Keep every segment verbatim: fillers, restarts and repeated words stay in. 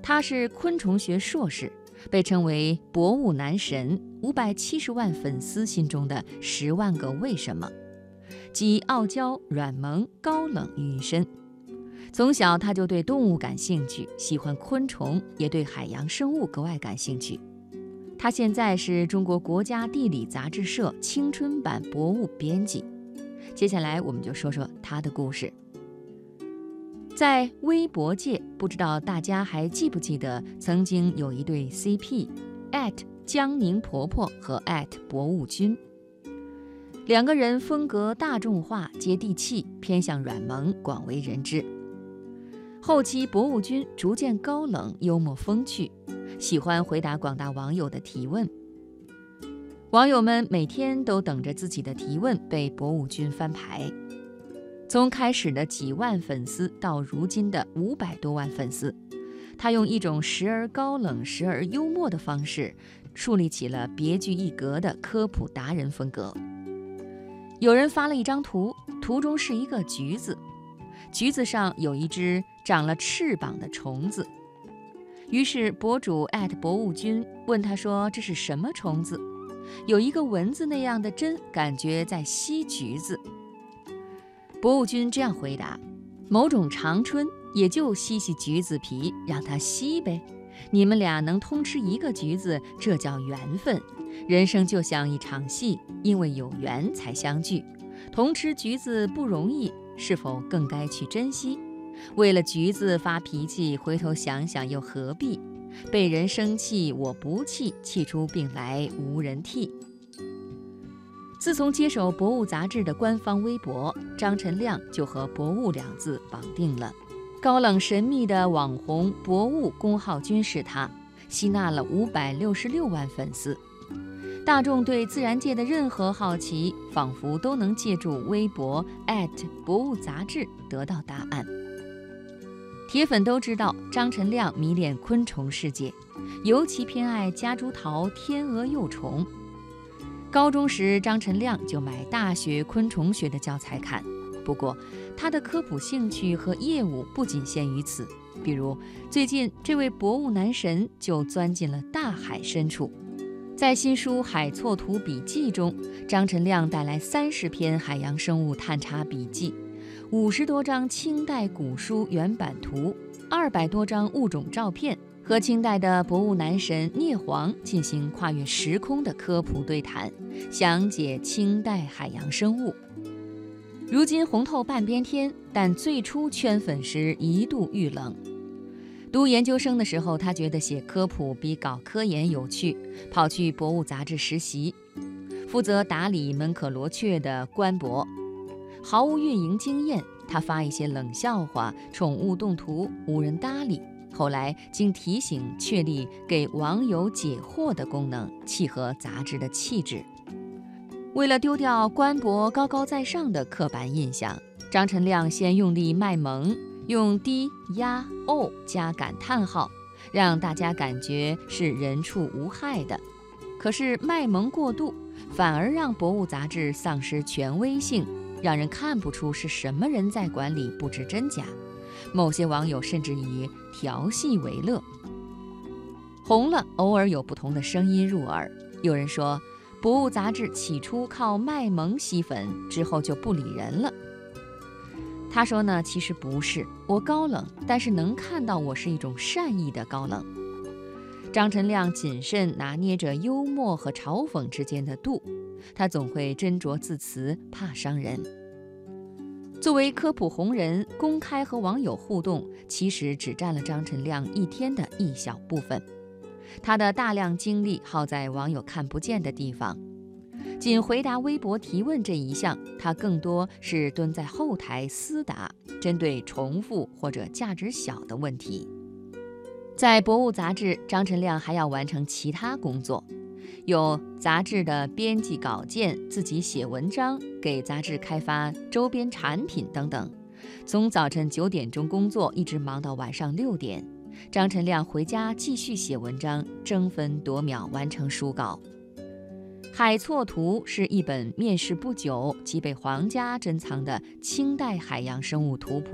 他是昆虫学硕士，被称为博物男神，五百七十万粉丝心中的十万个为什么，集傲娇、软萌、高冷于一身。从小他就对动物感兴趣，喜欢昆虫，也对海洋生物格外感兴趣。他现在是中国国家地理杂志社青春版博物编辑。接下来我们就说说他的故事。在微博界，不知道大家还记不记得曾经有一对 C P 江宁婆婆和博物君，两个人风格大众化、接地气，偏向软萌，广为人知。后期博物君逐渐高冷、幽默风趣，喜欢回答广大网友的提问。网友们每天都等着自己的提问被博物君翻牌。从开始的几万粉丝到如今的五百多万粉丝，他用一种时而高冷、时而幽默的方式，树立起了别具一格的科普达人风格。有人发了一张图，图中是一个橘子，橘子上有一只长了翅膀的虫子。于是博主博物君问他说：“这是什么虫子？”有一个蚊子那样的针，感觉在吸橘子。博物君这样回答：“某种长春也就吸吸橘子皮，让它吸呗。你们俩能通吃一个橘子，这叫缘分。人生就像一场戏，因为有缘才相聚。同吃橘子不容易，是否更该去珍惜？为了橘子发脾气，回头想想又何必？被人生气我不气，气出病来无人替。”自从接手博物杂志的官方微博，张晨亮就和博物两字绑定了。高冷神秘的网红博物公号君是他，吸纳了五百六十六万粉丝。大众对自然界的任何好奇，仿佛都能借助微博博物杂志得到答案。铁粉都知道，张晨亮迷恋昆虫世界，尤其偏爱夹竹桃、天鹅幼虫。高中时，张晨亮就买大学昆虫学的教材看。不过，他的科普兴趣和业务不仅限于此。比如，最近这位博物男神就钻进了大海深处。在新书《海错图笔记》中，张晨亮带来三十篇海洋生物探查笔记，五十多张清代古书原版图，二百多张物种照片，和清代的博物男神聂黄进行跨越时空的科普对谈，详解清代海洋生物。如今红透半边天，但最初圈粉时一度遇冷。读研究生的时候，他觉得写科普比搞科研有趣，跑去博物杂志实习，负责打理门可罗雀的官博。毫无运营经验，他发一些冷笑话、宠物动图，无人搭理。后来经提醒确立给网友解惑的功能，契合杂志的气质。为了丢掉官博高高在上的刻板印象，张晨亮先用力卖萌，用 D 压 O 加感叹号，让大家感觉是人畜无害的。可是卖萌过度，反而让博物杂志丧失权威性，让人看不出是什么人在管理，不知真假。某些网友甚至以调戏为乐。红了，偶尔有不同的声音入耳。有人说，博物杂志起初靠卖萌吸粉，之后就不理人了。他说呢，其实不是，我高冷，但是能看到我是一种善意的高冷。张晨亮谨慎拿捏着幽默和嘲讽之间的度，他总会斟酌字词，怕伤人。作为科普红人，公开和网友互动其实只占了张晨亮一天的一小部分，他的大量精力耗在网友看不见的地方。仅回答微博提问这一项，他更多是蹲在后台私答，针对重复或者价值小的问题。在博物杂志，张晨亮还要完成其他工作，有杂志的编辑稿件，自己写文章，给杂志开发周边产品等等。从早晨九点钟工作，一直忙到晚上六点。张晨亮回家继续写文章，争分夺秒完成书稿。《海错图》是一本面世不久即被皇家珍藏的清代海洋生物图谱，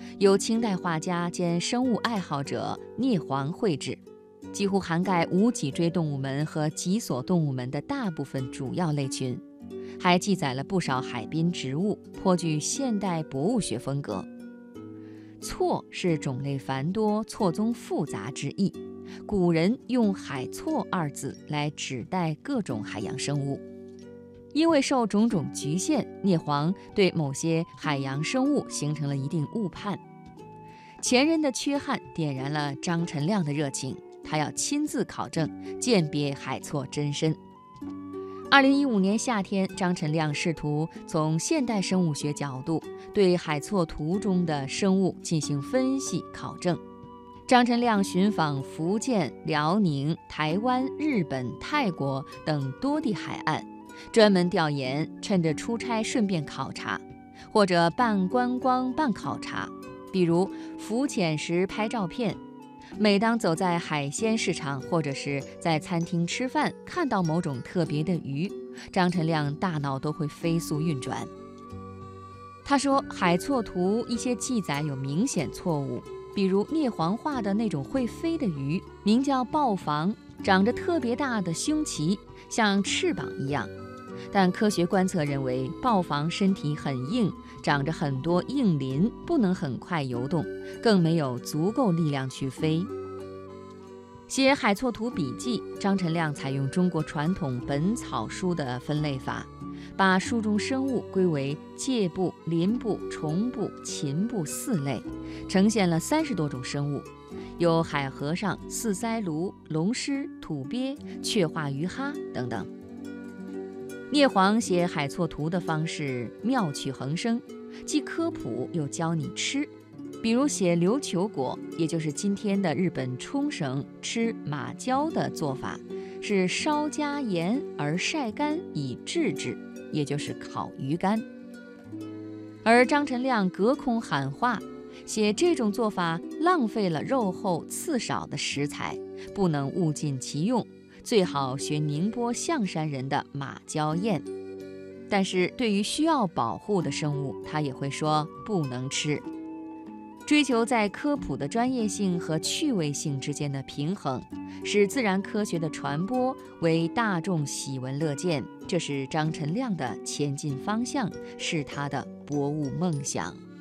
由清代画家兼生物爱好者聂璜绘制，几乎涵盖无脊椎动物门和脊索动物门的大部分主要类群，还记载了不少海滨植物，颇具现代博物学风格。错是种类繁多、错综复杂之意，古人用海错二字来指代各种海洋生物。因为受种种局限，聂璜对某些海洋生物形成了一定误判。前人的缺憾点燃了张陈亮的热情，他要亲自考证，鉴别海错真身。二零一五年夏天，张陈亮试图从现代生物学角度对海错图中的生物进行分析考证。张陈亮寻访福建、辽宁、台湾、日本、泰国等多地海岸，专门调研，趁着出差顺便考察，或者半观光半考察。比如浮潜时拍照片，每当走在海鲜市场或者是在餐厅吃饭，看到某种特别的鱼，张陈亮大脑都会飞速运转。他说，海错图一些记载有明显错误，比如聂璜画的那种会飞的鱼，名叫豹房，长着特别大的胸鳍，像翅膀一样。但科学观测认为，豹房身体很硬，长着很多硬鳞，不能很快游动，更没有足够力量去飞。写海错图笔记，张陈亮采用中国传统本草书的分类法，把书中生物归为介部、鳞部、虫部、禽部四类，呈现了三十多种生物，有海和尚、四鳃鲈、龙狮、土鳖、雀化鱼哈等等。聂璜写海错图的方式妙趣横生，既科普又教你吃。比如写琉球果，也就是今天的日本冲绳吃马鲛的做法，是烧加盐而晒干以制之，也就是烤鱼干。而张陈亮隔空喊话，写这种做法浪费了肉厚刺少的食材，不能物尽其用，最好学宁波象山人的马鲛宴。但是对于需要保护的生物，他也会说不能吃。追求在科普的专业性和趣味性之间的平衡，使自然科学的传播为大众喜闻乐见，这是张陈亮的前进方向，是他的博物梦想。